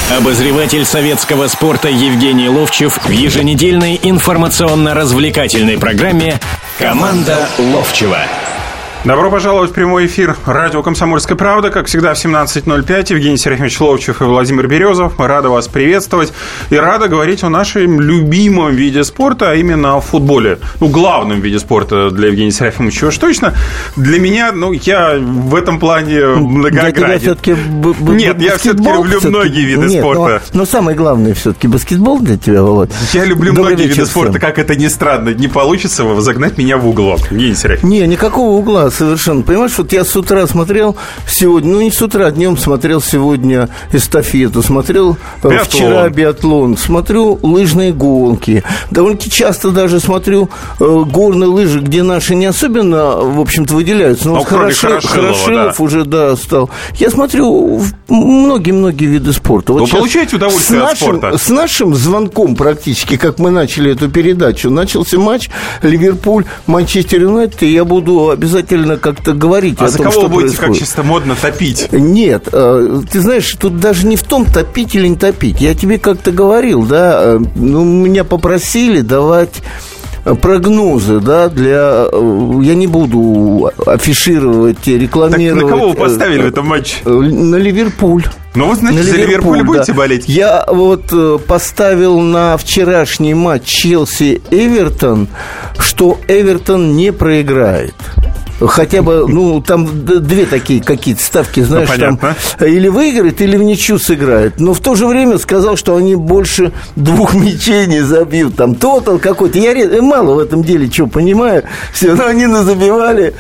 Обозреватель советского спорта Евгений Ловчев в еженедельной информационно-развлекательной программе «Команда Ловчева». Добро пожаловать в прямой эфир радио «Комсомольская правда». Как всегда, в 17:05 Евгений Серафимович Ловчев и Владимир Березов. Мы рады вас приветствовать и рады говорить о нашем любимом виде спорта, а именно о футболе. Главном виде спорта для Евгения Серафимовича уж точно. Для меня, я в этом плане многогранен. Нет, я все-таки люблю многие виды спорта. Но самое главное все-таки баскетбол для тебя, Володь. Я люблю многие виды спорта, как это ни странно. Не получится загнать меня в угол, Евгений Серафимович. Никакого угла. Совершенно. Понимаешь, вот я с утра смотрел сегодня, не с утра, днем смотрел сегодня эстафету, смотрел вчера биатлон, смотрю лыжные гонки. Довольно-таки часто даже смотрю горные лыжи, где наши не особенно, в общем-то, выделяются. Но Хорошилов уже, стал. Я смотрю многие виды спорта. Вы получаете удовольствие от спорта? С нашим звонком практически, как мы начали эту передачу, начался матч Ливерпуль, Манчестер Юнайтед, и я буду обязательно как-то говорить о том, что происходит. А за кого вы будете, как чисто модно, топить? Нет, ты знаешь, тут даже не в том, топить или не топить. Я тебе как-то говорил, да, меня попросили давать прогнозы, да, я не буду афишировать, рекламировать. Так на кого вы поставили в этом матче? На Ливерпуль. Вы, значит, за Ливерпуль будете болеть? Я поставил на вчерашний матч Челси-Эвертон, что Эвертон не проиграет. Хотя бы, там две такие какие-то ставки, знаешь, там или выиграет, или в ничью сыграет. Но в то же время сказал, что они больше 2 мячей не забьют. Там тотал какой-то. Я мало в этом деле чего понимаю. Все, но они забивали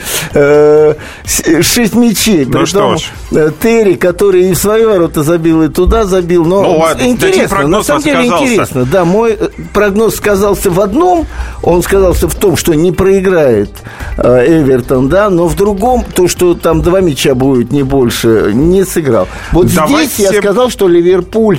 6 мячей. Притом Терри, который и в свои ворота забил, и туда забил. Но интересно, на самом деле интересно. Да, мой прогноз сказался в одном. Он сказался в том, что не проиграет Эвертон, да, но в другом, то, что там 2 мяча будет, не больше, не сыграл. Здесь я сказал, что Ливерпуль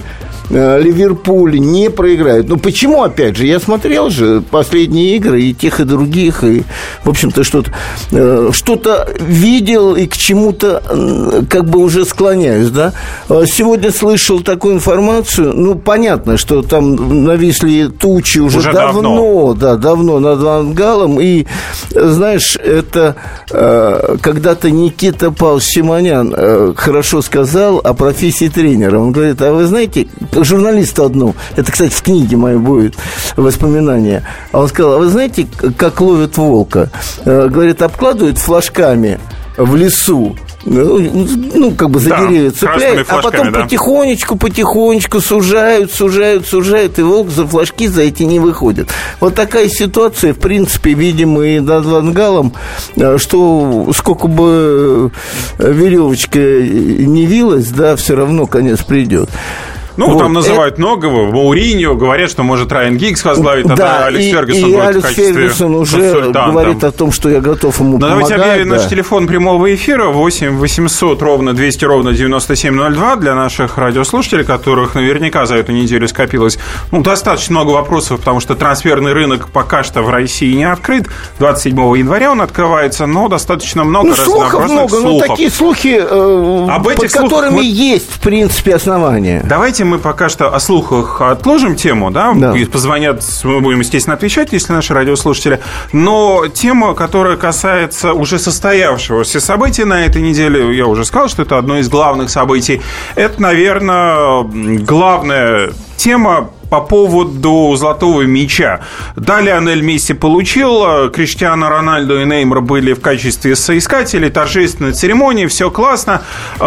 не проиграет. Почему, опять же? Я смотрел же последние игры и тех, и других, и, в общем-то, что-то видел и к чему-то как бы уже склоняюсь, да. Сегодня слышал такую информацию, понятно, что там нависли тучи уже давно над Ван Галом, и, знаешь, это когда-то Никита Павлович Симонян хорошо сказал о профессии тренера. Он говорит, а вы знаете, журналисту одну, это, кстати, в книге моей будет воспоминание, он сказал, а вы знаете, как ловят волка? Говорит, обкладывают флажками в лесу, как бы за деревья цепляют, а потом потихонечку сужают, и волк за флажки за эти не выходит. Вот такая ситуация, в принципе, видимо, и над Ван Галом, что сколько бы веревочка не вилась, да, все равно конец придет. Там называют многого. Мауриньо, говорят, что может Райан Гиггс возглавить, тогда Алекс Фергюсон будет в качестве Фергюсон уже говорит о том, что я готов ему помогать. Давайте объявим наш телефон прямого эфира 8 800 ровно 200 ровно 9702 для наших радиослушателей, которых наверняка за эту неделю скопилось достаточно много вопросов, потому что трансферный рынок пока что в России не открыт. 27 января он открывается, но достаточно много разнообразных слухов. Такие слухи, под которыми есть, в принципе, основания. Давайте мы пока что о слухах отложим тему, да? И позвонят, мы будем, естественно, отвечать, если наши радиослушатели. Но тема, которая касается уже состоявшегося события на этой неделе, я уже сказал, что это одно из главных событий. Это, наверное, главная тема по поводу золотого мяча. Да, Лионель Месси получил, Криштиану Рональду и Неймар были в качестве соискателей, торжественная церемония, все классно.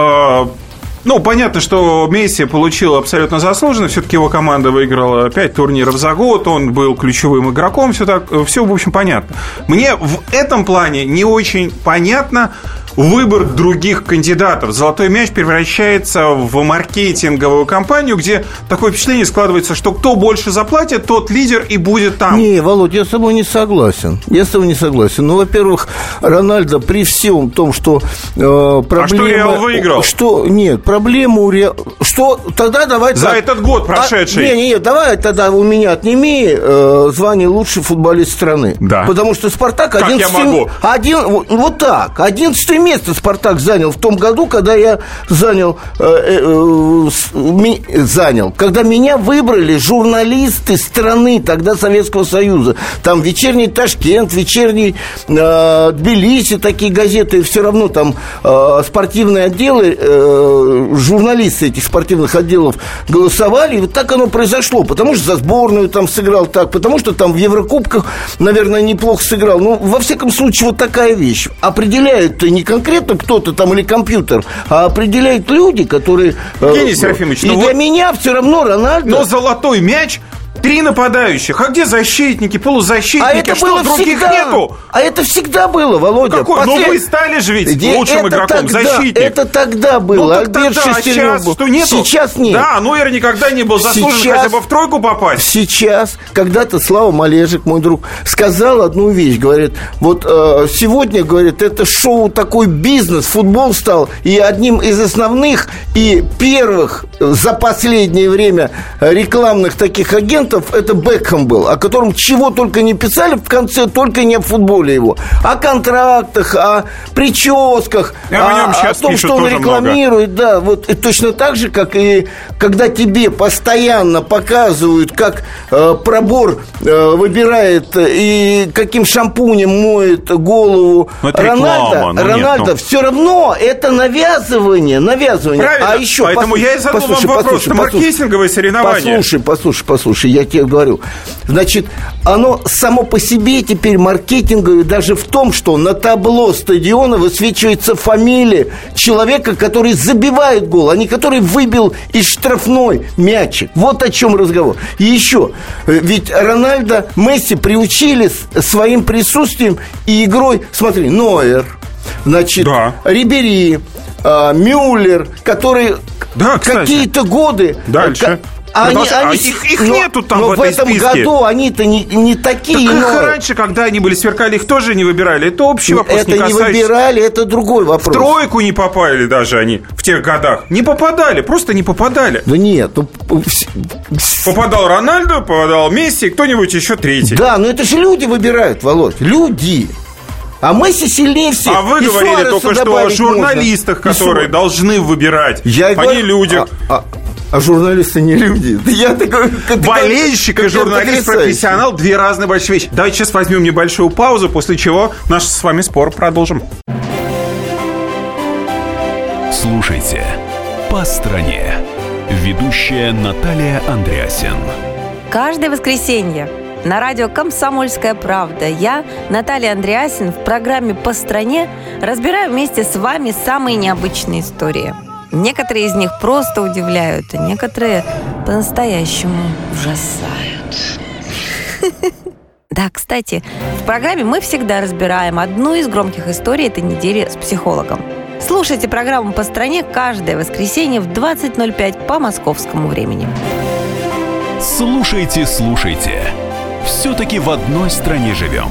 Понятно, что Месси получил абсолютно заслуженно. Все-таки его команда выиграла 5 турниров за год. Он был ключевым игроком. Все, в общем, понятно. Мне в этом плане не очень понятно выбор других кандидатов. Золотой мяч превращается в маркетинговую кампанию, где такое впечатление складывается, что кто больше заплатит, тот лидер и будет там. Не, Володь, я с тобой не согласен. Во-первых, Рональдо при всем том, что проблема... А что Реал выиграл? Нет, проблема у Реала... Что? Тогда давай... За этот год прошедший. Нет, давай тогда у меня отними звание лучший футболист страны. Да. Потому что Спартак... Как я могу? 11 Вот так, 11 место «Спартак» занял в том году, когда я когда меня выбрали журналисты страны тогда Советского Союза. Там «Вечерний Ташкент», «Вечерний Тбилиси», такие газеты, все равно там спортивные отделы, журналисты этих спортивных отделов голосовали, и вот так оно произошло, потому что за сборную там сыграл так, потому что там в Еврокубках, наверное, неплохо сыграл. Ну, во всяком случае, вот такая вещь. Определяют-то не конкретно кто-то там или компьютер, а определяют люди, которые... Евгений Серафимович, и для меня все равно Рональдо... Но золотой мяч... 3 нападающих. А где защитники, полузащитники? А это что, было других всегда. Нету? А это всегда было, Володя. Какой? Ну, вы стали же ведь лучшим игроком, тогда, защитник. Это тогда было. Ну, Альберт Шестернёв сейчас был. Что, нету? Сейчас нет. Да, Нойер никогда не был заслужен хотя бы в тройку попасть. Сейчас, когда-то Слава Малежик, мой друг, сказал одну вещь. Говорит, вот сегодня, говорит, это шоу такой бизнес, футбол стал, и одним из основных и первых за последнее время рекламных таких агентов это Бекхэм был, о котором чего только не писали в конце, только не о футболе его. О контрактах, о прическах, о том, что он рекламирует. Много. Да, вот и точно так же, как и когда тебе постоянно показывают, как пробор выбирает и каким шампунем моет голову Рональдо, все равно это навязывание. Правильно, а еще, поэтому я и задал вам вопрос, это маркетинговое соревнование. Послушай, я тебе говорю. Значит, оно само по себе теперь маркетинговое даже в том, что на табло стадиона высвечивается фамилия человека, который забивает гол, а не который выбил из штрафной мячик. Вот о чем разговор. И еще, ведь Рональдо, Месси приучили своим присутствием и игрой, смотри, Нойер, значит, Рибери, Мюллер, которые какие-то годы... Дальше... их нету там в этой списке. Но в этом году они-то не такие. Так их раньше, когда они были, сверкали, их тоже не выбирали. Это общий вопрос, это не выбирали, это другой вопрос. В тройку не попали даже они в тех годах. Не попадали, просто не попадали. Да нет. Попадал Рональдо, попадал Месси, кто-нибудь еще третий. Да, но это же люди выбирают, Володь. Люди. А Месси сильнее всех. А вы говорили только что о журналистах, которые должны выбирать. Они люди. А журналисты не люди. Болельщик и журналист-профессионал – две разные большие вещи. Давайте сейчас возьмем небольшую паузу, после чего наш с вами спор продолжим. Слушайте «По стране». Ведущая Наталья Андреасен. Каждое воскресенье на радио «Комсомольская правда» я, Наталья Андреасен, в программе «По стране» разбираю вместе с вами самые необычные истории. Некоторые из них просто удивляют, а некоторые по-настоящему ужасают. Да, кстати, в программе мы всегда разбираем одну из громких историй этой недели с психологом. Слушайте программу «По стране» каждое воскресенье в 20:05 по московскому времени. Слушайте. Все-таки в одной стране живем.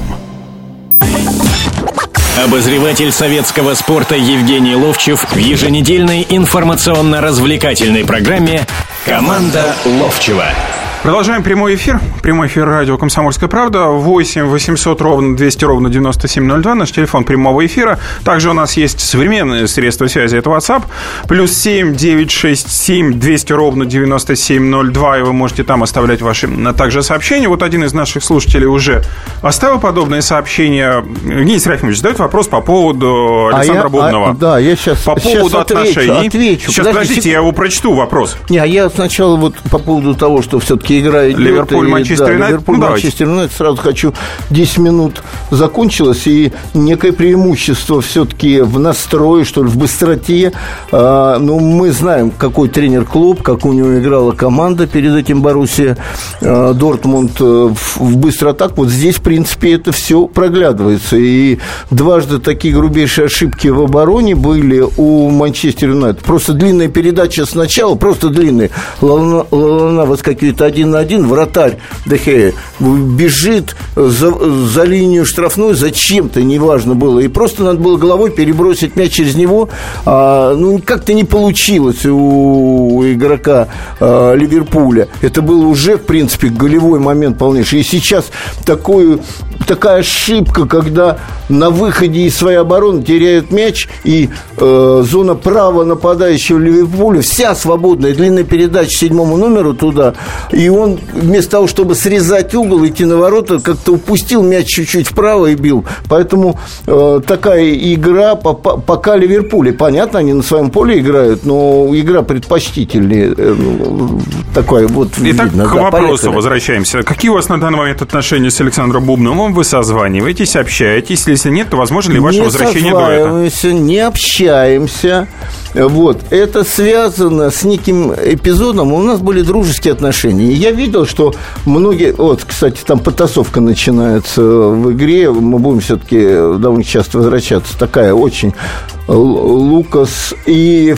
Обозреватель советского спорта Евгений Ловчев в еженедельной информационно-развлекательной программе «Команда Ловчева». Продолжаем прямой эфир. Прямой эфир радио «Комсомольская правда». 8 800 ровно 200 ровно 9702. Наш телефон прямого эфира. Также у нас есть современные средства связи. Это WhatsApp. +7 967 200 ровно 9702. И вы можете там оставлять ваши также сообщения. Вот один из наших слушателей уже оставил подобное сообщение. Евгений Серафимович задает вопрос по поводу Александра Бубнова. Да, я сейчас по поводу отношений. Отвечу. Сейчас, подождите, я его прочту вопрос. Я сначала вот по поводу того, что все-таки игра идет. Ливерпуль, Манчестер Юнайтед. Ливерпуль, Манчестер Юнайтед. Сразу хочу. 10 минут закончилось, и некое преимущество все-таки в настрое, что ли, в быстроте. Ну, мы знаем, какой тренер клуб, как у него играла команда перед этим Боруссия Дортмунд в быстроатак. Вот здесь, в принципе, это все проглядывается. И дважды такие грубейшие ошибки в обороне были у Манчестер Юнайтед. Просто длинная передача сначала, просто длинная. Лалана выскакивает 1 на 1, вратарь Де Геа бежит за линию штрафной, зачем-то, неважно было. И просто надо было головой перебросить мяч через него. Ну, как-то не получилось у игрока Ливерпуля. Это был уже, в принципе, голевой момент полнейший. И сейчас такая ошибка, когда на выходе из своей обороны теряют мяч, и зона права нападающего Ливерпуля вся свободная, длинная передача 7-му номеру туда, и он вместо того, чтобы срезать угол, идти на ворота, как-то упустил мяч чуть-чуть вправо и бил. Поэтому такая игра пока Ливерпуль. Понятно, они на своем поле играют, но игра предпочтительнее. Такое вот итак, видно. К вопросу возвращаемся. Какие у вас на данный момент отношения с Александром Бубновым? Вы созваниваетесь, общаетесь? Если нет, то возможно ли ваше возвращение до этого? Не общаемся. Вот. Это связано с неким эпизодом. У нас были дружеские отношения. И я видел, что многие... Вот, кстати, там потасовка начинается в игре. Мы будем все-таки довольно часто возвращаться. Такая очень... Лукас и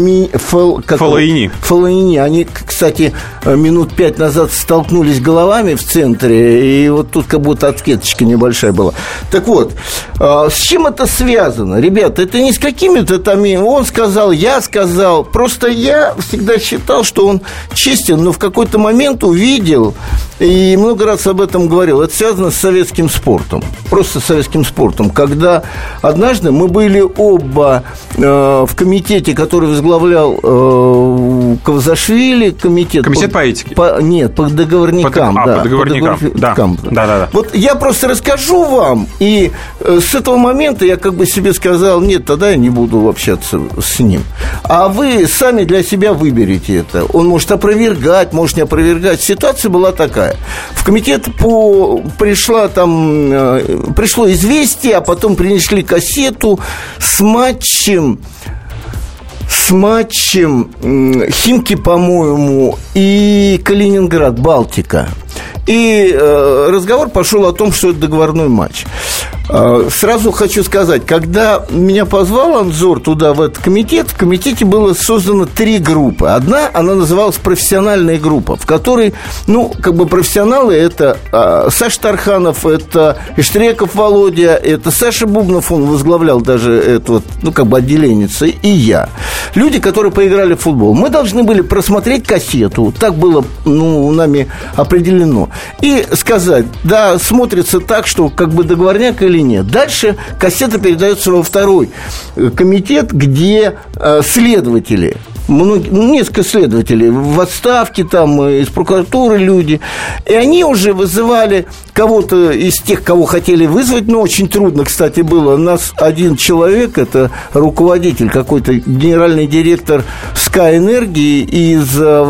Фолаини. Они, кстати, минут 5 назад столкнулись головами в центре, и вот тут как будто ответочка небольшая была. Так вот, с чем это связано? Ребята, это не с какими-то там... Он сказал, я сказал. Просто я всегда считал, что он честен, но в какой-то момент увидел, и много раз об этом говорил, это связано с советским спортом. Просто с советским спортом. Когда однажды мы были оба в комитете, который возглавлял Кавзашвили, комитет по этике? Нет, по договорникам. По договорникам. Да. Вот я просто расскажу вам, и с этого момента я как бы себе сказал, нет, тогда я не буду общаться с ним. А вы сами для себя выберете это. Он может опровергать, может не опровергать. Ситуация была такая. В комитет пришло известие, а потом принесли кассету с матчем Химки, по-моему, и Калининград, Балтика. И разговор пошел о том, что это договорной матч. Сразу хочу сказать, когда меня позвал Анзор туда, в этот комитет, в комитете было создано 3 группы. Одна, она называлась профессиональная группа, в которой, профессионалы, это Саша Тарханов, это Иштреков Володя, это Саша Бубнов, он возглавлял даже это отделение, и я. Люди, которые поиграли в футбол. Мы должны были просмотреть кассету, так было, нами определено, и сказать, да, смотрится так, что договорняк или нет. Дальше кассета передается во второй комитет, где следователи, несколько следователей в отставке, там из прокуратуры люди, и они уже вызывали кого-то из тех, кого хотели вызвать, но очень трудно, кстати, было. У нас один человек, это руководитель, какой-то генеральный директор Sky Энергии из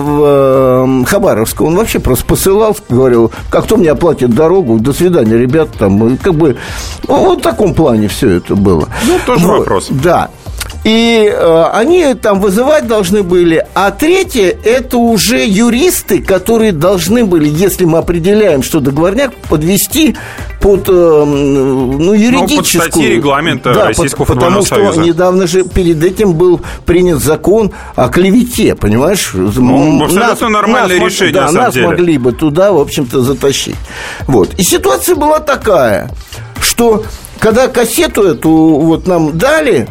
Хабаровска, он вообще просто посылал, говорил, кто мне оплатит дорогу, до свидания, ребят, там, вот в таком плане все это было. Тоже вопрос. Да. И они там вызывать должны были. А третье, это уже юристы, которые должны были, если мы определяем, что договорняк, подвести под юридическую... под статьи регламента Российского футбольного союза. Потому что недавно же перед этим был принят закон о клевете, понимаешь? Абсолютно нормальное решение, на самом деле. Нас могли бы туда, в общем-то, затащить. Вот. И ситуация была такая, что... Когда кассету эту нам дали,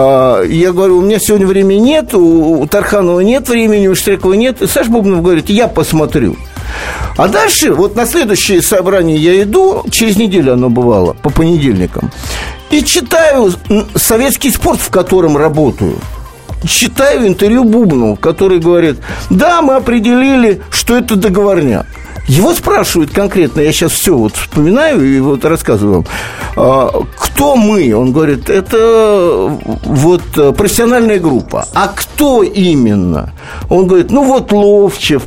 я говорю, у меня сегодня времени нет, у Тарханова нет времени, у Штрекова нет. И Саша Бубнов говорит, я посмотрю. А дальше, на следующее собрание я иду, через неделю оно бывало, по понедельникам, и читаю советский спорт, в котором работаю. Читаю интервью Бубнова, который говорит, да, мы определили, что это договорняк. Его спрашивают конкретно, я сейчас все вспоминаю и рассказываю вам, кто мы? Он говорит, это профессиональная группа. А кто именно? Он говорит, Ловчев,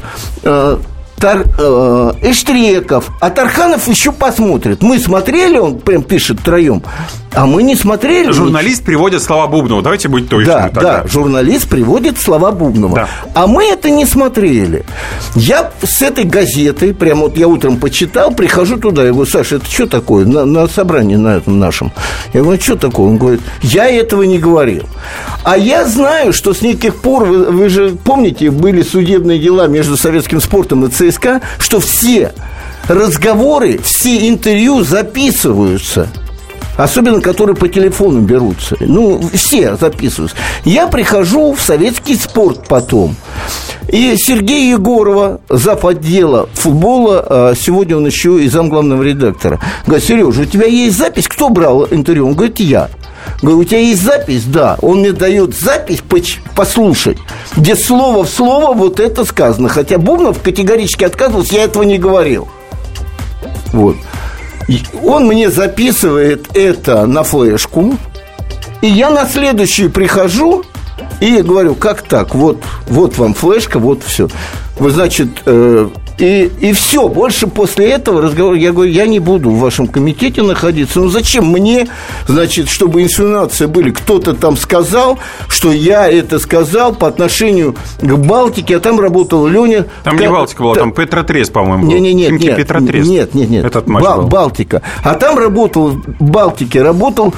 Эштреков, а Тарханов еще посмотрит. Мы смотрели, он прям пишет втроем, а мы не смотрели. Журналист приводит слова Бубнова. Давайте быть точными. Да, журналист приводит слова Бубнова. Да. А мы это не смотрели. Я с этой газетой, прям я утром почитал, прихожу туда, я говорю, Саша, это что такое на собрании на этом нашем? Я говорю, что такое? Он говорит, я этого не говорил. А я знаю, что с неких пор, вы же помните, были судебные дела между советским спортом и ЦСКА, что все разговоры, все интервью записываются. Особенно, которые по телефону берутся. Все записываются. Я прихожу в советский спорт потом. И Сергея Егорова, зав. Отдела футбола, сегодня он еще и замглавного редактора. Говорит: Сережа, у тебя есть запись? Кто брал интервью? Он говорит: я. Говорю: у тебя есть запись? Да. Он мне дает запись послушать, где слово в слово вот это сказано. Хотя Бубнов категорически отказывался, я этого не говорил. Вот. Он мне записывает это на флешку, и я на следующую прихожу и говорю: как так? Вот вам флешка, вот все. Вы, значит, и все. Больше после этого разговора я говорю: я не буду в вашем комитете находиться. Ну, зачем мне, значит, чтобы инсинуации были? Кто-то там сказал, что я это сказал по отношению к Балтике, а там работал Леня. Там не Балтика была, там Петротрест, по-моему, был. Нет. Петротрест. Нет. Этот матч был. Балтика. А там работал, в Балтике работал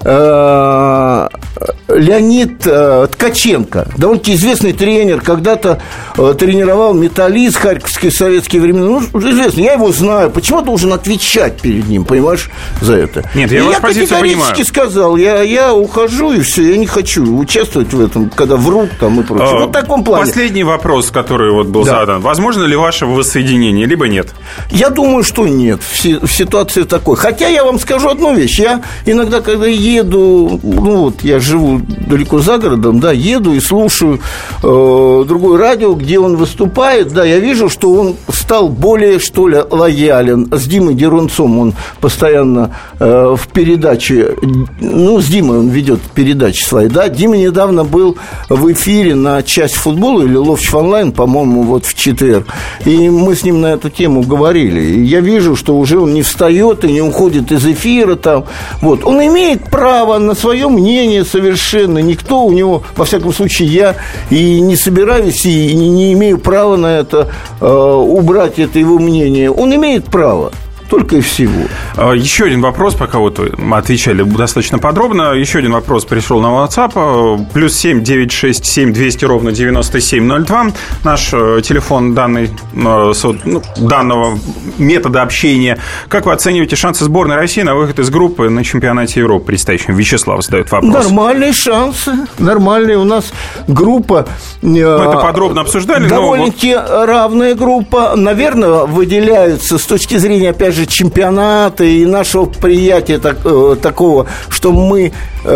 Леонид Ткаченко, довольно-таки известный тренер, когда-то тренировал «Металлист», харьковские советские времена. Ну, известно, я его знаю. Почему я должен отвечать перед ним, понимаешь, за это? Нет, я вашу позицию понимаю. Я категорически сказал: я ухожу, и все, я не хочу участвовать в этом, когда врут там и прочее. Вот в таком плане. Последний вопрос, который вот был задан. Возможно ли ваше воссоединение, либо нет? Я думаю, что нет в ситуации такой. Хотя я вам скажу одну вещь. Я иногда, когда еду, ну вот я живу далеко за городом, да, еду и слушаю другое радио, где он выступает, да, я вижу, что он стал более, что ли, лоялен. С Димой Дерунцом он постоянно в передаче, ну, с Димой он ведет передачи свои, да. Дима недавно был в эфире на «Часть футбола» или «Ловчев онлайн», по-моему, вот в четверг, и мы с ним на эту тему говорили. И я вижу, что уже он не встает и не уходит из эфира там. Вот. Он имеет право на свое мнение совершенно. Никто у него, во всяком случае, я и не собираюсь, и не имею права на это, убрать это его мнение. Он имеет право. Только и всего. Еще один вопрос, пока вот мы отвечали достаточно подробно. Еще один вопрос пришел на WhatsApp. +7 967 200 ровно 9702. Наш телефон данного метода общения. Как вы оцениваете шансы сборной России на выход из группы на чемпионате Европы предстоящем? Вячеслав задает вопрос. Нормальные шансы. Нормальные. У нас группа... Мы это подробно обсуждали. Довольно-таки равная группа. Наверное, выделяются с точки зрения, опять же, чемпионата и нашего приятия такого, что мы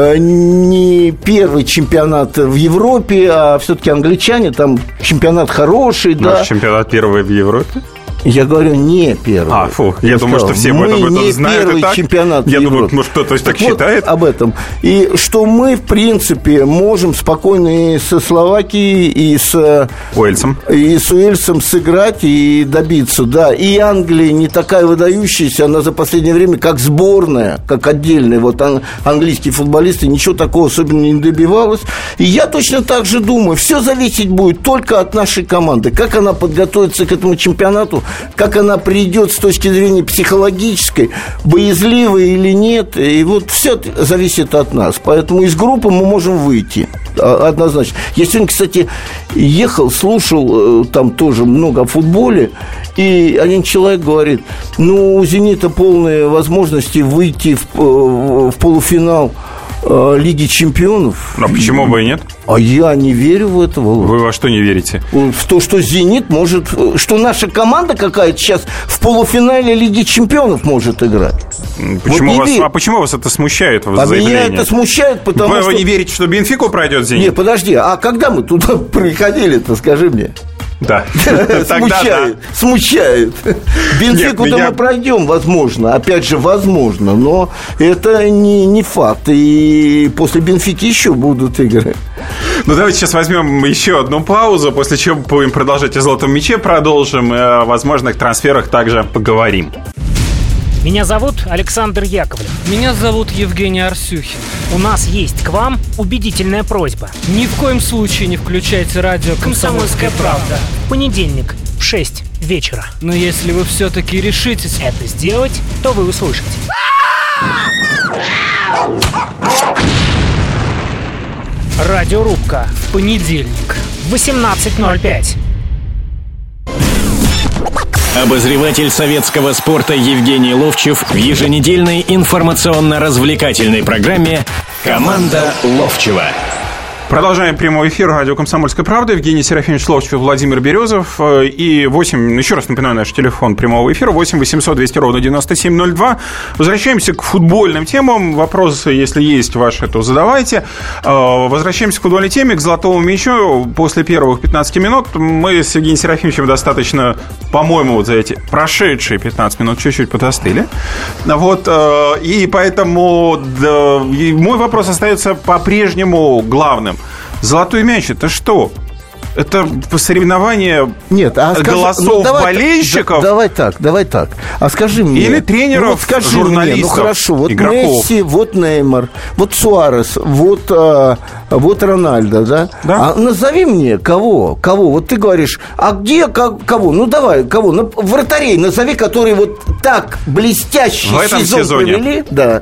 не первый чемпионат в Европе, а все-таки англичане, там чемпионат хороший. Наш чемпионат первый в Европе? Я говорю, не первый. Я думаю, что все об этом знают. Мы не первый чемпионат Я думаю, Европы. может, кто-то так считает. Об этом. И что мы, в принципе, можем спокойно и со Словакией, и с Уэльсом сыграть и добиться. Да, и Англия не такая выдающаяся, она за последнее время как сборная, как отдельная. Вот английские футболисты ничего такого особенно не добивалась. И я точно так же думаю, все зависеть будет только от нашей команды. Как она подготовится к этому чемпионату, как она придет с точки зрения психологической, боязливой или нет. И вот все зависит от нас. Поэтому из группы мы можем выйти. Однозначно. Я сегодня, кстати, ехал, слушал там тоже много о футболе. И один человек говорит: у «Зенита» полные возможности выйти в полуфинал Лиги чемпионов. А почему бы и нет? А я не верю в это, Володя. Вы во что не верите? В то, что «Зенит» может... Что наша команда какая-то сейчас в полуфинале Лиги чемпионов может играть. Почему вас это смущает в заявлении? Меня это смущает, потому что... Вы не верите, что Бенфику пройдет «Зенит»? Нет, подожди, а когда мы туда приходили-то, скажи мне? Да. Смущает. Бенфику-то мы пройдем, возможно. Опять же, возможно. Но это не факт. И после Бенфики еще будут игры. Давайте сейчас возьмем еще одну паузу, после чего будем продолжать о «Золотом мяче», продолжим и о возможных трансферах также поговорим. Меня зовут Александр Яковлев. Меня зовут Евгений Арсюхин. У нас есть к вам убедительная просьба. Ни в коем случае не включайте радио «Комсомольская правда». В понедельник в 6 вечера. Но если вы все-таки решитесь это сделать, то вы услышите. Радиорубка. В понедельник. 18:05. Обозреватель советского спорта Евгений Ловчев в еженедельной информационно-развлекательной программе «Команда Ловчева». Продолжаем прямой эфир радио «Комсомольская правда». Евгений Серафимович Ловчев, Владимир Березов. И 8, еще раз напоминаю, наш телефон прямого эфира 8 800 200 ровно 9702. Возвращаемся к футбольным темам. Вопросы, если есть ваши, то задавайте. Возвращаемся к футбольной теме, к золотому мячу. После первых 15 минут мы с Евгением Серафимовичем достаточно, по-моему, вот за эти прошедшие 15 минут чуть-чуть подостыли. Вот, и поэтому мой вопрос остается по-прежнему главным. Золотой мяч – это что? Это соревнование голосов болельщиков? Давай так. А скажи мне. Или тренеров, журналистов, мне, хорошо, вот игроков. Месси, вот Неймар, вот Суарес, вот Рональдо, да? А назови мне кого? Вот ты говоришь, а где кого? Ну, давай, кого? Ну, вратарей назови, которые вот так блестящий сезон провели. Да.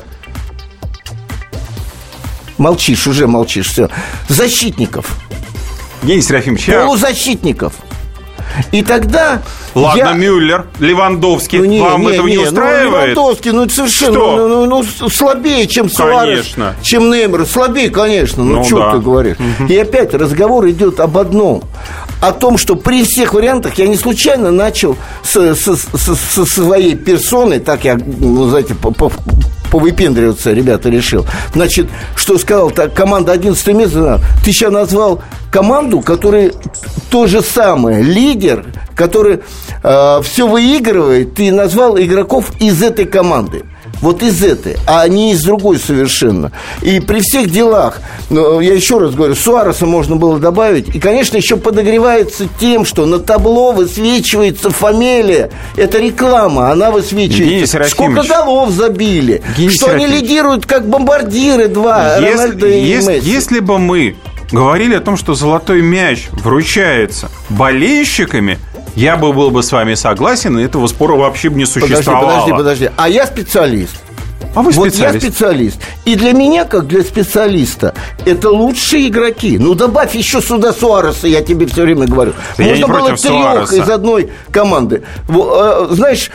Молчишь, все. Защитников. Евгений Серафимович, полузащитников. И тогда... Ладно, Мюллер, Левандовский, вам этого не устраивает? Левандовский, это совершенно слабее, чем Суарес, чем Неймар. Слабее, конечно, что ты говоришь. И опять разговор идет об одном. О том, что при всех вариантах я не случайно начал со своей персоной, так я, знаете, повыпендриваться, ребята, решил. Значит, что сказал, так, команда 11 место, ты сейчас назвал команду, которая то же самое, лидер, который все выигрывает, ты назвал игроков из этой команды. Вот из этой, а не из другой совершенно. И при всех делах, я еще раз говорю, Суареса можно было добавить. И, конечно, еще подогревается тем, что на табло высвечивается фамилия. Это реклама, она высвечивается. Сколько голов забили. Что они лидируют как бомбардиры два, Рональдо и Месси. Если бы мы говорили о том, что золотой мяч вручается болельщиками, я был бы с вами согласен, и этого спора вообще бы не существовало. Подожди. А я специалист. А вы специалист? Вот я специалист. И для меня, как для специалиста, это лучшие игроки. Ну, добавь еще сюда Суареса, я тебе все время говорю. Да можно было 3 из одной команды. Знаешь,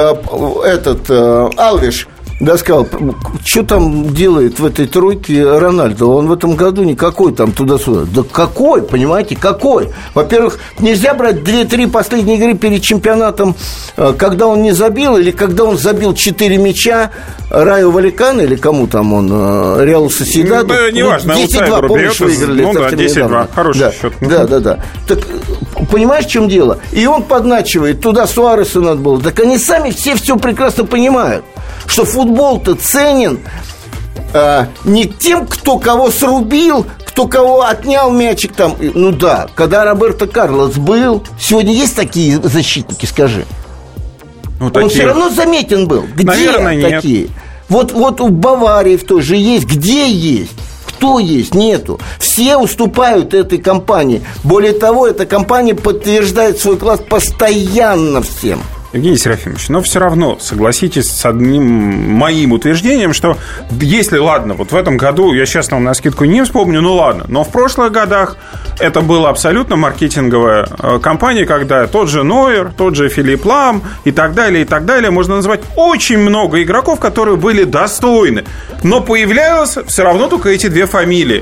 Алвиш, да, сказал, что там делает в этой тройке Рональдо? Он в этом году никакой там туда-сюда. Да какой, понимаете, какой? Во-первых, нельзя брать 2-3 последние игры перед чемпионатом, когда он не забил, или когда он забил 4 мяча Райо Валлекано, или кому там он, Реал Сосьедаду. Да, неважно, 10-2, помнишь, выиграли. Ну да, 10-2, хороший счет. Да. Так, понимаешь, в чем дело? И он подначивает, туда Суареса надо было. Так они сами все прекрасно понимают, что футбол-то ценен не тем, кто кого срубил, кто кого отнял мячик там. Ну да, когда Роберто Карлос был. Сегодня есть такие защитники, скажи? Ну, он все равно заметен был. Где, наверное, такие? Нет. Вот у Баварии в той же есть. Где есть? Кто есть? Нету. Все уступают этой компании. Более того, эта компания подтверждает свой класс постоянно всем. Евгений Серафимович, но все равно согласитесь с одним моим утверждением, что если, ладно, вот в этом году, я сейчас на скидку не вспомню, ну ладно, но в прошлых годах это была абсолютно маркетинговая кампания, когда тот же Нойер, тот же Филипп Лам и так далее, можно назвать очень много игроков, которые были достойны, но появлялось все равно только эти 2 фамилии.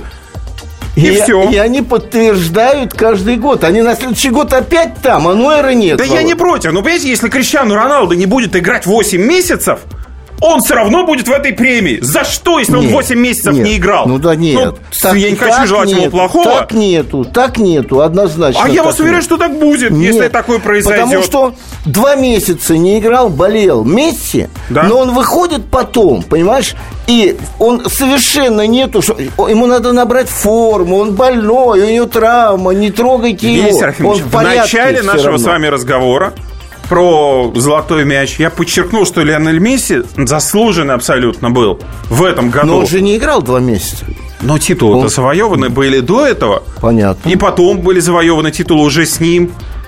И они подтверждают каждый год. Они на следующий год опять там, а Нойера нет. Да, я не против. Но, понимаете, если Криштиану Роналдо не будет играть 8 месяцев, он все равно будет в этой премии. За что, если он 8 месяцев не играл? Ну да нет. Я не хочу желать ему плохого. Так нету, однозначно. А я вас уверяю, что так будет, если такое произойдет. Потому что 2 месяца не играл, болел Месси, но он выходит потом, понимаешь? И он совершенно нету, ему надо набрать форму, он больной, у него травма, не трогайте его. Он в порядке. В начале нашего с вами разговора про золотой мяч я подчеркнул, что Лионель Месси заслуженно абсолютно был в этом году. Но он же не играл 2 месяца. Но титулы-то завоеваны были до этого. Понятно. И потом были завоеваны титулы уже с ним.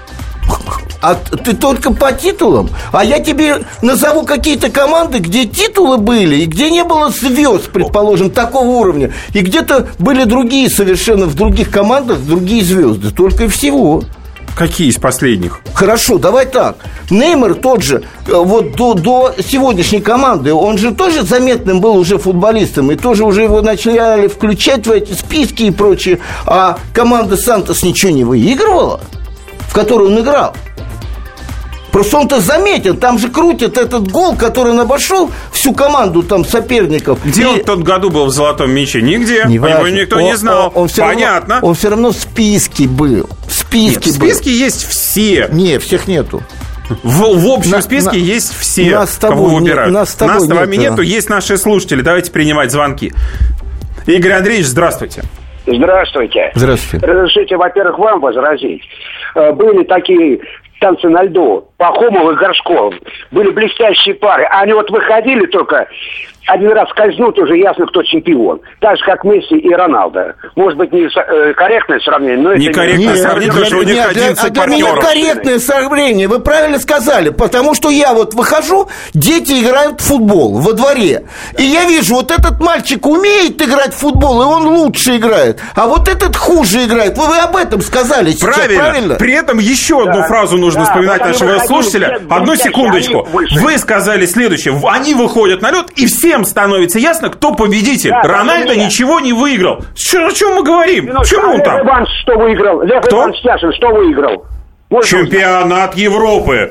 А ты только по титулам? А я тебе назову какие-то команды, где титулы были, и где не было звезд, предположим, такого уровня. И где-то были другие совершенно, в других командах другие звезды. Только и всего. Какие из последних? Хорошо, давай так. Неймар тот же, вот до сегодняшней команды, он же тоже заметным был уже футболистом, и тоже уже его начали включать в эти списки и прочее. А команда Сантос ничего не выигрывала, в которой он играл. Просто он-то заметен, там же крутит этот гол, который обошел всю команду там соперников. Где он в том году был в золотом мяче? Нигде. Его никто не знал. Понятно. Он все равно в списке был. В списке есть все. Не, всех нету. В общем списке есть все, кого выбирают. Нас с вами нету, есть наши слушатели. Давайте принимать звонки. Игорь Андреевич, здравствуйте. Здравствуйте. Здравствуйте. Разрешите, во-первых, вам возразить. Были такие танцы на льду, Пахомов и Горшков. Были блестящие пары. Они вот выходили только... Один раз скользнут, уже ясно, кто чемпион. Так же, как Месси и Роналдо. Может быть, не корректное сравнение, но не корректное сравнение, потому что у них 11 партнеров. Для меня корректное сравнение. Вы правильно сказали. Потому что я вот выхожу, дети играют в футбол во дворе. И я вижу, вот этот мальчик умеет играть в футбол, и он лучше играет. А вот этот хуже играет. Вы об этом сказали сейчас, правильно? При этом еще одну фразу нужно вспоминать нашего слушателя. Одну секундочку. Вы сказали следующее. Они выходят на лед, и все становится ясно, кто победитель. Рональдо ничего не выиграл. О чем мы говорим? Почему он там? Лев Иванович что выиграл? Лев Иванович Яшин что выиграл? Чемпионат Европы.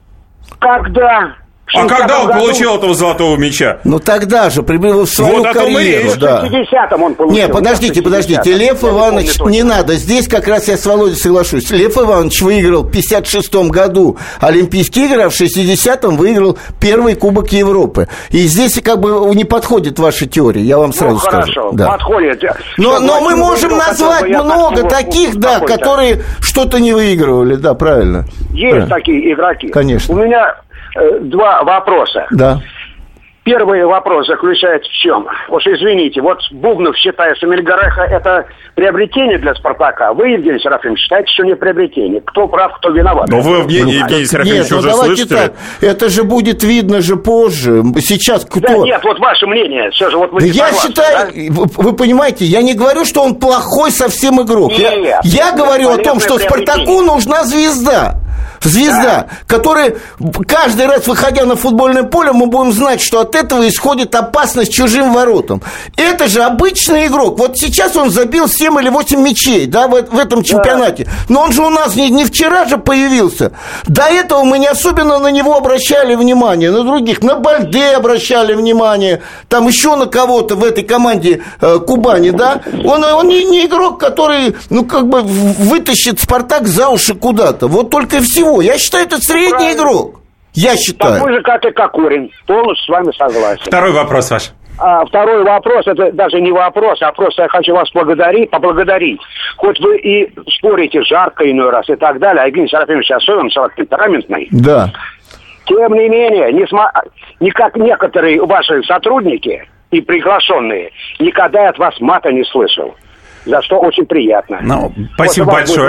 Когда? А когда он получил этого золотого мяча? Ну, тогда же, в свою карьеру. Да. В 60-м он получил. Не, подождите. Лев Иванович, не надо. Здесь как раз я с Володей соглашусь. Лев Иванович выиграл в 56-м году Олимпийские игры, а в 60-м выиграл первый Кубок Европы. И здесь как бы не подходит ваша теория, я вам сразу скажу. Хорошо, да. Подходит. Но мы можем назвать много таких, да, которые что-то не выигрывали, да, правильно. Есть такие игроки. Конечно. У меня... Два вопроса. Да. Первый вопрос заключается в чем? Уж извините, вот Бубнов считает, что Мельгареха это приобретение для «Спартака». Вы, Евгений Серафимович, считаете, что не приобретение. Кто прав, кто виноват? Но вы, Евгений Серафимович, уже слышите? Так. Это же будет видно же позже. Сейчас кто... Да нет, вот ваше мнение. Все же, вот вы я считаю, да? Вы понимаете, я не говорю, что он плохой совсем игрок. Я говорю о том, что «Спартаку» нужна звезда. Звезда, которая каждый раз, выходя на футбольное поле, мы будем знать, что от этого исходит опасность чужим воротам. Это же обычный игрок. Вот сейчас он забил 7 или 8 мячей, да, в этом чемпионате. Но он же у нас не вчера же появился. До этого мы не особенно на него обращали внимание. На других, на Бальде обращали внимание. Там еще на кого-то в этой команде Кубани, да. Он не игрок, который, как бы вытащит «Спартак» за уши куда-то. Вот только и всего. Я считаю, это средний игрок. Я считаю. Такой же, как и Кокорин. Полностью с вами согласен. Второй вопрос ваш. Второй вопрос, это даже не вопрос, а просто я хочу вас поблагодарить. Хоть вы и спорите жарко иной раз и так далее, а Евгений Серафимович особенно человек темпераментный. Да. Тем не менее, не как некоторые ваши сотрудники и приглашенные, никогда я от вас мата не слышал. За что очень приятно. Спасибо большое.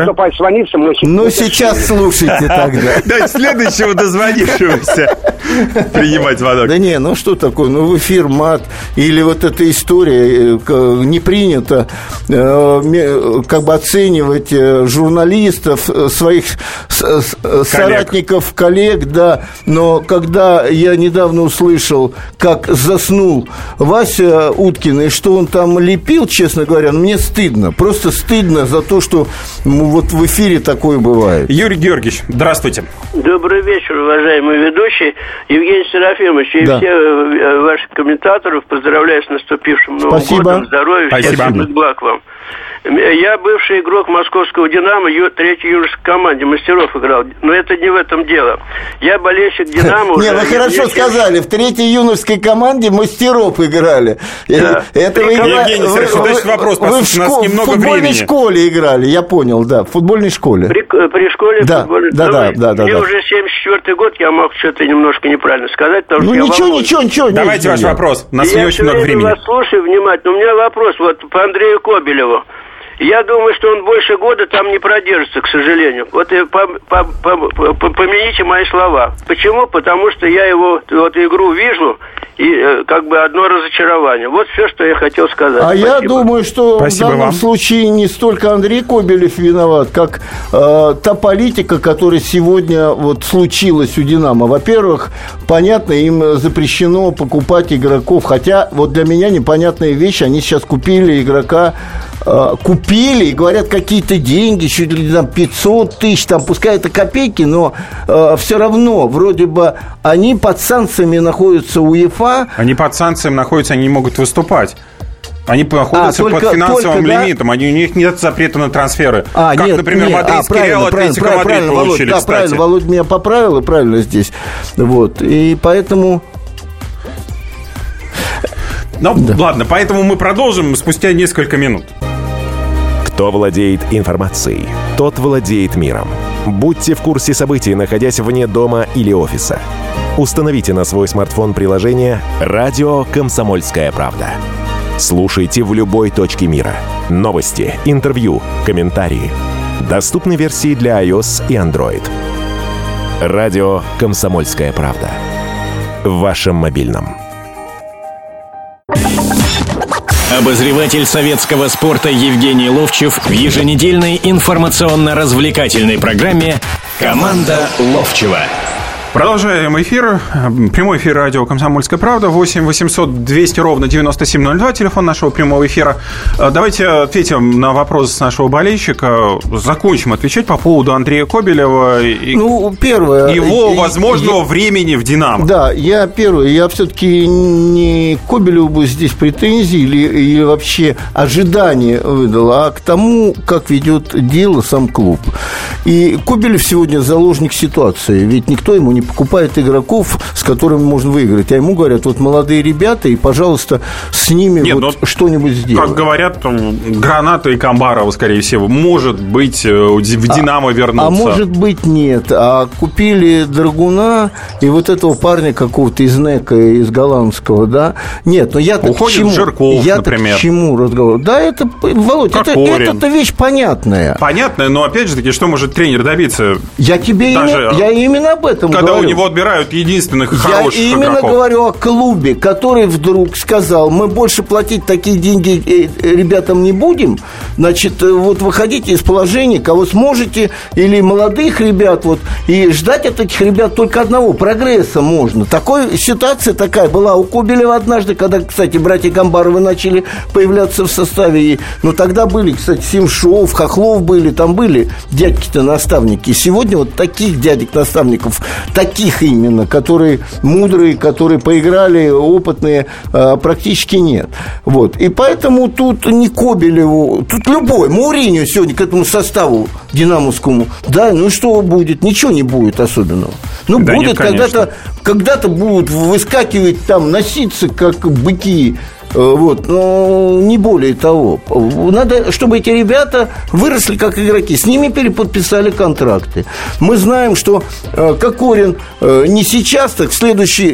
Сейчас слушайте тогда. Да, следующего дозвонившегося принимать звонок. Да не, что такое? В эфир мат. Или вот эта история, не принято как бы оценивать журналистов, своих соратников, коллег, да. Но когда я недавно услышал, как заснул Вася Уткин, и что он там лепил, честно говоря, мне стыдно. Просто стыдно за то, что вот в эфире такое бывает. Юрий Георгиевич, здравствуйте. Добрый вечер, уважаемый ведущий. Евгений Серафимович и все ваших комментаторов поздравляю с наступившим Новым годом. Здоровья, всех благ вам. Я бывший игрок московского «Динамо», третьей юношеской команде, Мастеров играл. Но это не в этом дело. Я болельщик «Динамо». Не, вы хорошо сказали. В третьей юношеской команде Мастеров играли. Это вы, Евгений Серафимович, вопрос, поскольку у нас немного времени. В футбольной школе играли, я понял, да. В футбольной школе. При школе? Да. Мне уже 74-й год, я мог что-то немножко неправильно сказать. Ничего. Давайте ваш вопрос. У нас не очень много времени. Я вас слушаю внимательно. У меня вопрос вот по Андрею Кобелеву. Я думаю, что он больше года там не продержится, к сожалению. Вот помяните мои слова. Почему? Потому что я его игру вижу, и как бы одно разочарование. Вот все, что я хотел сказать. Я думаю, что в данном случае не столько Андрей Кобелев виноват, как та политика, которая сегодня вот случилась у «Динамо». Во-первых, понятно, им запрещено покупать игроков, хотя вот для меня непонятная вещь, они сейчас купили игрока, купили, и говорят, какие-то деньги, чуть ли там 500 тысяч, там, пускай это копейки, но все равно, вроде бы, они под санкциями находятся у УЕФА. Они под санкциями находятся, они не могут выступать. Они находятся под финансовым лимитом, у них нет запрета на трансферы. Как, например, мадридский Реал, Атлетико Мадрид получили, да, кстати. Правильно, Володя меня поправил, и правильно здесь. Вот, и поэтому... Ладно, поэтому мы продолжим спустя несколько минут. Кто владеет информацией, тот владеет миром. Будьте в курсе событий, находясь вне дома или офиса. Установите на свой смартфон приложение «Радио Комсомольская правда». Слушайте в любой точке мира. Новости, интервью, комментарии. Доступны версии для iOS и Android. «Радио Комсомольская правда». В вашем мобильном. Обозреватель советского спорта Евгений Ловчев в еженедельной информационно-развлекательной программе «Команда Ловчева». Продолжаем эфир. Прямой эфир радио «Комсомольская правда». 8 800 200 ровно 9702. Телефон нашего прямого эфира. Давайте ответим на вопрос нашего болельщика. Закончим отвечать по поводу Андрея Кобелева и первое, его возможного времени в «Динамо». Да, я все-таки не к Кобелеву бы здесь претензии или вообще ожидания выдал, а к тому, как ведет дело сам клуб. И Кобелев сегодня заложник ситуации. Ведь никто ему не покупает игроков, с которыми можно выиграть. А ему говорят, вот молодые ребята, и, пожалуйста, с ними что-нибудь сделай. Как говорят, Граната и Камбарова, скорее всего, может быть, в «Динамо» вернуться. А может быть, нет. А купили Драгуна и вот этого парня какого-то из НЭКа, из голландского, да? Нет, но я-то уходит к чему? Жирков, например. К чему разговор? Да, это, Володь, это вещь понятная. Понятная, но, опять же таки, что может тренер добиться? Я именно об этом когда говорю. У него отбирают единственных хороших игроков. Я именно говорю о клубе, который вдруг сказал, мы больше платить такие деньги ребятам не будем, значит, вот выходите из положения, кого сможете, или молодых ребят, вот, и ждать от этих ребят только одного, прогресса можно. Ситуация такая была у Кобелева однажды, когда, кстати, братья Камбаровы начали появляться в составе, но тогда были, кстати, Семшов, Хохлов были, там были дядьки-то наставники. И сегодня вот таких дядек-наставников, таких именно, которые мудрые, которые поиграли, опытные, практически нет. Вот. И поэтому тут не Кобелеву, тут любой, Мауриньо сегодня к этому составу динамовскому, да, ну что будет? Ничего не будет особенного. Ну, да будет, когда-то будут выскакивать там, носиться, как быки. Вот, но не более того. Надо, чтобы эти ребята выросли как игроки. С ними переподписали контракты. Мы знаем, что Кокорин не сейчас, так следующий,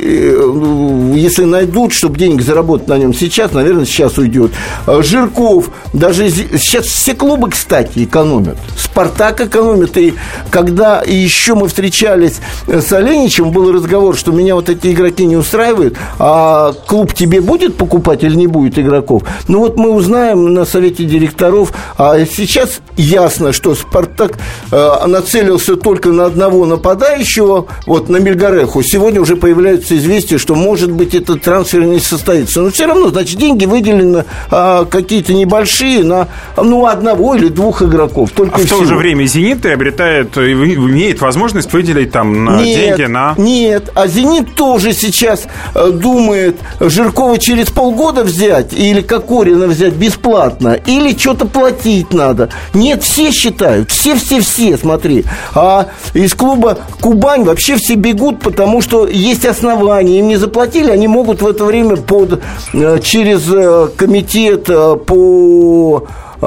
если найдут, чтобы деньги заработать на нем сейчас, наверное, сейчас уйдет. Жирков, даже сейчас все клубы, кстати, экономят. «Спартак» экономит. И когда еще мы встречались с Оленичем, был разговор, что меня вот эти игроки не устраивают, а клуб тебе будет покупать или не будет игроков. Ну вот мы узнаем на совете директоров. А сейчас ясно, что «Спартак» нацелился только на одного нападающего, вот на Мельгареху. Сегодня уже появляются известия, что, может быть, этот трансфер не состоится. Но все равно, значит, деньги выделены какие-то небольшие на одного или двух игроков. Только в то же время «Зенит» приобретает, имеет возможность выделить там деньги на... Нет, а «Зенит» тоже сейчас думает Жиркова через полгода взять или Кокорина взять бесплатно, или что-то платить надо. Нет, все считают, все, смотри. А из клуба «Кубань» вообще все бегут, потому что есть основания. Им не заплатили, они могут в это время через комитет по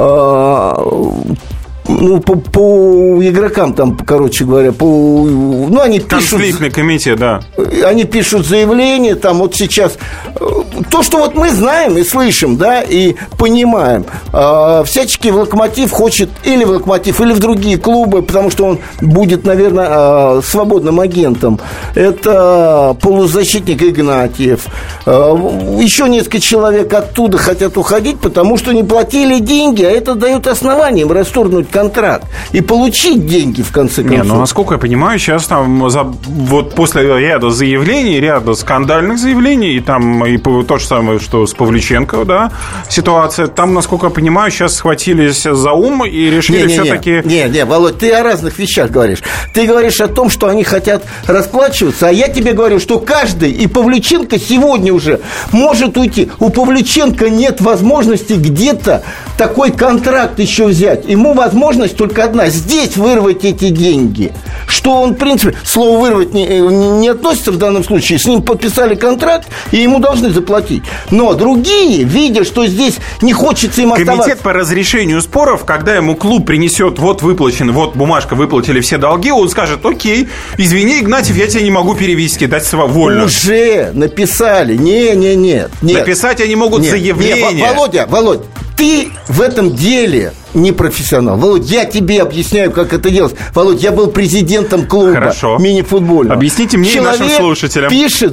игрокам там, короче говоря, они пишут... Конфликтный комитет, да. Они пишут заявление, там вот сейчас то, что вот мы знаем и слышим, да, и понимаем, всячески Локомотив хочет или в Локомотив, или в другие клубы, потому что он будет, наверное, свободным агентом. Это полузащитник Игнатьев. Еще несколько человек оттуда хотят уходить, потому что не платили деньги, а это дает основание им расторгнуть контракт и получить деньги, в конце концов. Не, ну, насколько я понимаю, сейчас там вот после ряда заявлений, ряда скандальных заявлений, и там и то же самое, что с Павлюченко, да, ситуация, там, насколько я понимаю, сейчас схватились за ум и решили все-таки... Не, Володь, ты о разных вещах говоришь. Ты говоришь о том, что они хотят расплачиваться, а я тебе говорю, что каждый, и Павлюченко сегодня уже может уйти. У Павлюченко нет возможности где-то такой контракт еще взять. Ему возможность только одна – здесь вырвать эти деньги. Что он, в принципе, слово «вырвать» не относится в данном случае. С ним подписали контракт, и ему должны заплатить. Но другие, видя, что здесь не хочется им оставаться... Комитет по разрешению споров, когда ему клуб принесет, вот выплачен, вот бумажка, выплатили все долги, он скажет: окей, извини, Игнатьев, я тебя не могу перевести, дать свободно. Уже написали. Нет. Написать они могут заявление. Володь, ты в этом деле не профессионал. Володь, я тебе объясняю, как это делать. Володь, я был президентом клуба мини-футбольного. Объясните мне и нашим слушателям.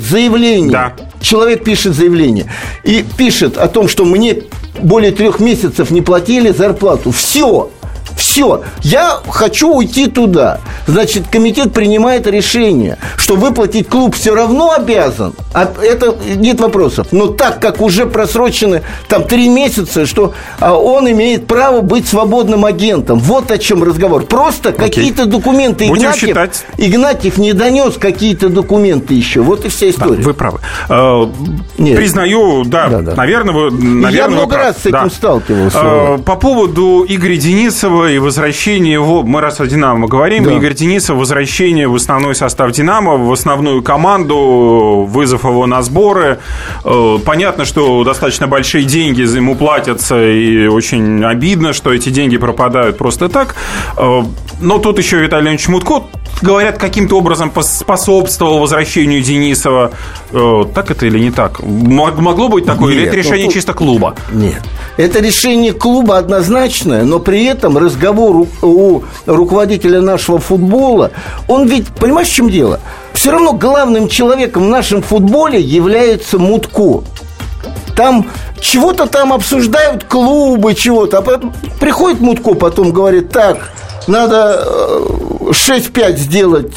Человек пишет заявление и пишет о том, что мне более 3 месяцев не платили зарплату. Все, я хочу уйти туда. Значит, комитет принимает решение, что выплатить клуб все равно обязан. Это нет вопросов. Но так как уже просрочены там 3 месяца, что он имеет право быть свободным агентом. Вот о чем разговор. Просто какие-то документы Игнатьев не донес какие-то документы еще. Вот и вся история. Да, вы правы. Признаю, наверное, я много раз с этим сталкивался. По поводу Игоря Денисова и возвращение его, мы раз о «Динамо» говорим, Игорь Денисов, возвращение в основной состав «Динамо», в основную команду, вызов его на сборы. Понятно, что достаточно большие деньги ему платятся, и очень обидно, что эти деньги пропадают просто так. Но тут еще Виталий Леонидович Мутко, говорят, каким-то образом способствовал возвращению Денисова. Так это или не так? Могло быть такое? Или это решение чисто клуба? Нет. Это решение клуба однозначное, но при этом разговор у руководителя нашего футбола, он ведь, понимаешь, в чем дело? Все равно главным человеком в нашем футболе является Мутко. Там чего-то там обсуждают клубы, чего-то. А потом приходит Мутко, потом говорит: так, надо 6-5 сделать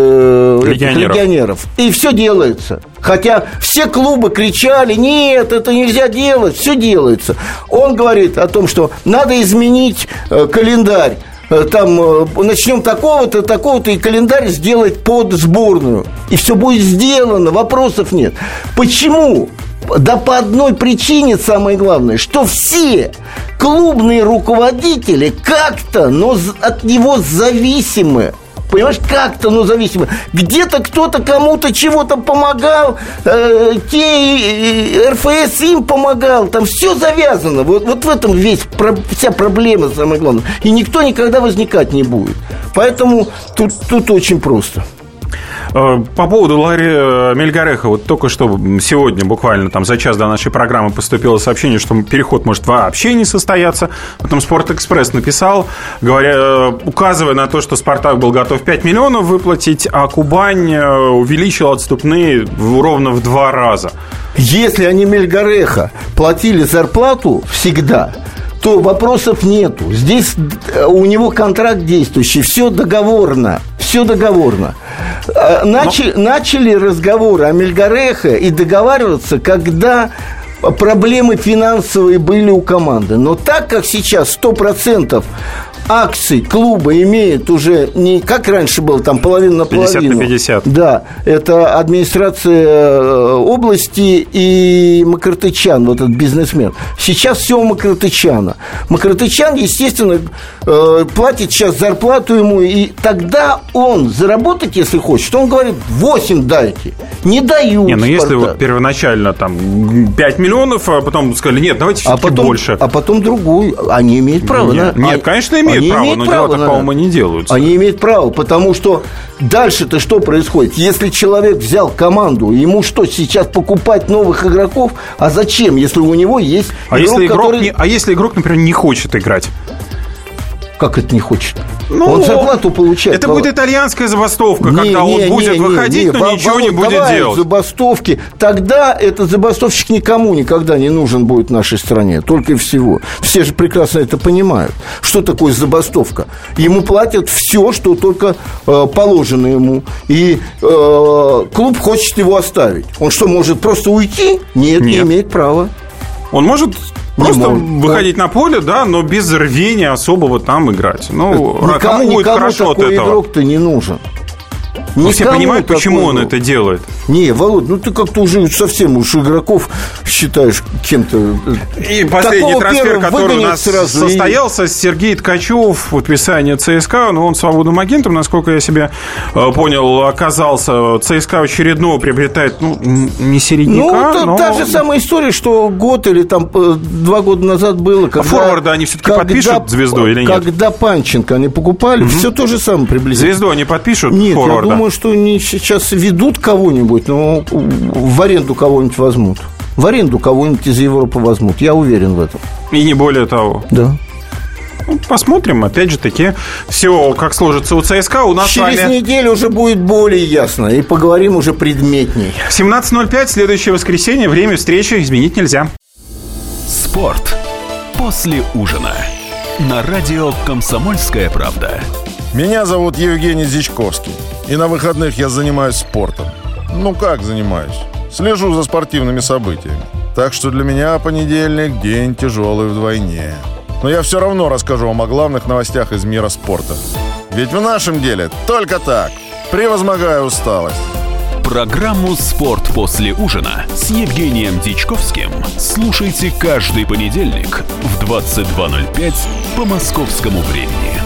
легионеров. И все делается. Хотя все клубы кричали: нет, это нельзя делать. Все делается. Он говорит о том, что надо изменить календарь. Там начнем такого-то, и календарь сделать под сборную. И все будет сделано, вопросов нет. Почему? Да по одной причине, самое главное, что все клубные руководители как-то, но от него зависимы. Понимаешь, как-то, но зависимы. Где-то кто-то кому-то чего-то помогал, РФС им помогал. Там все завязано. Вот в этом вся проблема, самое главное. И никто никогда возникать не будет. Поэтому тут очень просто. По поводу Ларри Мельгареха, вот только что сегодня, буквально там за час до нашей программы, поступило сообщение, что переход может вообще не состояться. Потом «Спортэкспресс» написал, указывая на то, что «Спартак» был готов 5 миллионов выплатить, а Кубань увеличила отступные ровно в 2 раза. Если они Мельгареха платили зарплату всегда, то вопросов нету. Здесь у него контракт действующий, все договорно. Начали разговоры о Мельгареха и договариваться, когда проблемы финансовые были у команды. Но так как сейчас 100% акций клуба имеет уже не как раньше было, там половина на половину. 50/50. Да, это администрация области и Макартычан, вот этот бизнесмен. Сейчас все у Макартычана. Макартычан, естественно, платит сейчас зарплату ему, и тогда он заработать, если хочет, он говорит: 8 дайте. Не дают. Не, но если вот первоначально там 5 миллионов, а потом сказали: нет, давайте все-таки больше. А потом другую. Они имеют право. Нет, конечно, имеют. имеют право, но дела так, по-моему, не делаются. Они имеют право, потому что дальше-то что происходит? Если человек взял команду, ему что, сейчас покупать новых игроков? А зачем, если у него есть игрок, если игрок, например, не хочет играть? Как это не хочет? Он зарплату получает. Это будет итальянская забастовка, когда он будет выходить, но ничего не будет делать. Забастовки. Тогда этот забастовщик никому никогда не нужен будет в нашей стране. Только и всего. Все же прекрасно это понимают. Что такое забастовка? Ему платят все, что только положено ему. И клуб хочет его оставить. Он что, может просто уйти? Нет, не имеет права. Он может... Просто выходить на поле, да, но без рвения особого там играть. Ну, кому будет хорошо от этого? Никому такой игрок-то не нужен. Но все понимают, почему он это делает. Не, Володь, ну ты как-то уже совсем уж игроков считаешь кем-то. И последний трансфер, который у нас состоялся, Сергей Ткачев, подписание ЦСКА, но он свободным агентом, насколько я себе понял, оказался. ЦСКА очередного приобретает, не середняка, но... та же самая история, что год или там 2 года назад было, когда... Форварда они все-таки подпишут звезду или нет? Когда Панченко они покупали, все то же самое приблизительно. Звезду они подпишут? Нет, форварда? Я думаю, что они сейчас ведут кого-нибудь, но в аренду кого-нибудь возьмут. В аренду кого-нибудь из Европы возьмут. Я уверен в этом. И не более того. Да. Посмотрим, опять же таки, все как сложится у ЦСКА. У нас через неделю уже будет более ясно. И поговорим уже предметней. 17:05, следующее воскресенье. Время встречи изменить нельзя. Спорт после ужина. На радио «Комсомольская правда». Меня зовут Евгений Зичковский. И на выходных я занимаюсь спортом. Ну как занимаюсь? Слежу за спортивными событиями. Так что для меня понедельник – день тяжелый вдвойне. Но я все равно расскажу вам о главных новостях из мира спорта. Ведь в нашем деле только так, превозмогая усталость. Программу «Спорт после ужина» с Евгением Дичковским слушайте каждый понедельник в 22:05 по московскому времени.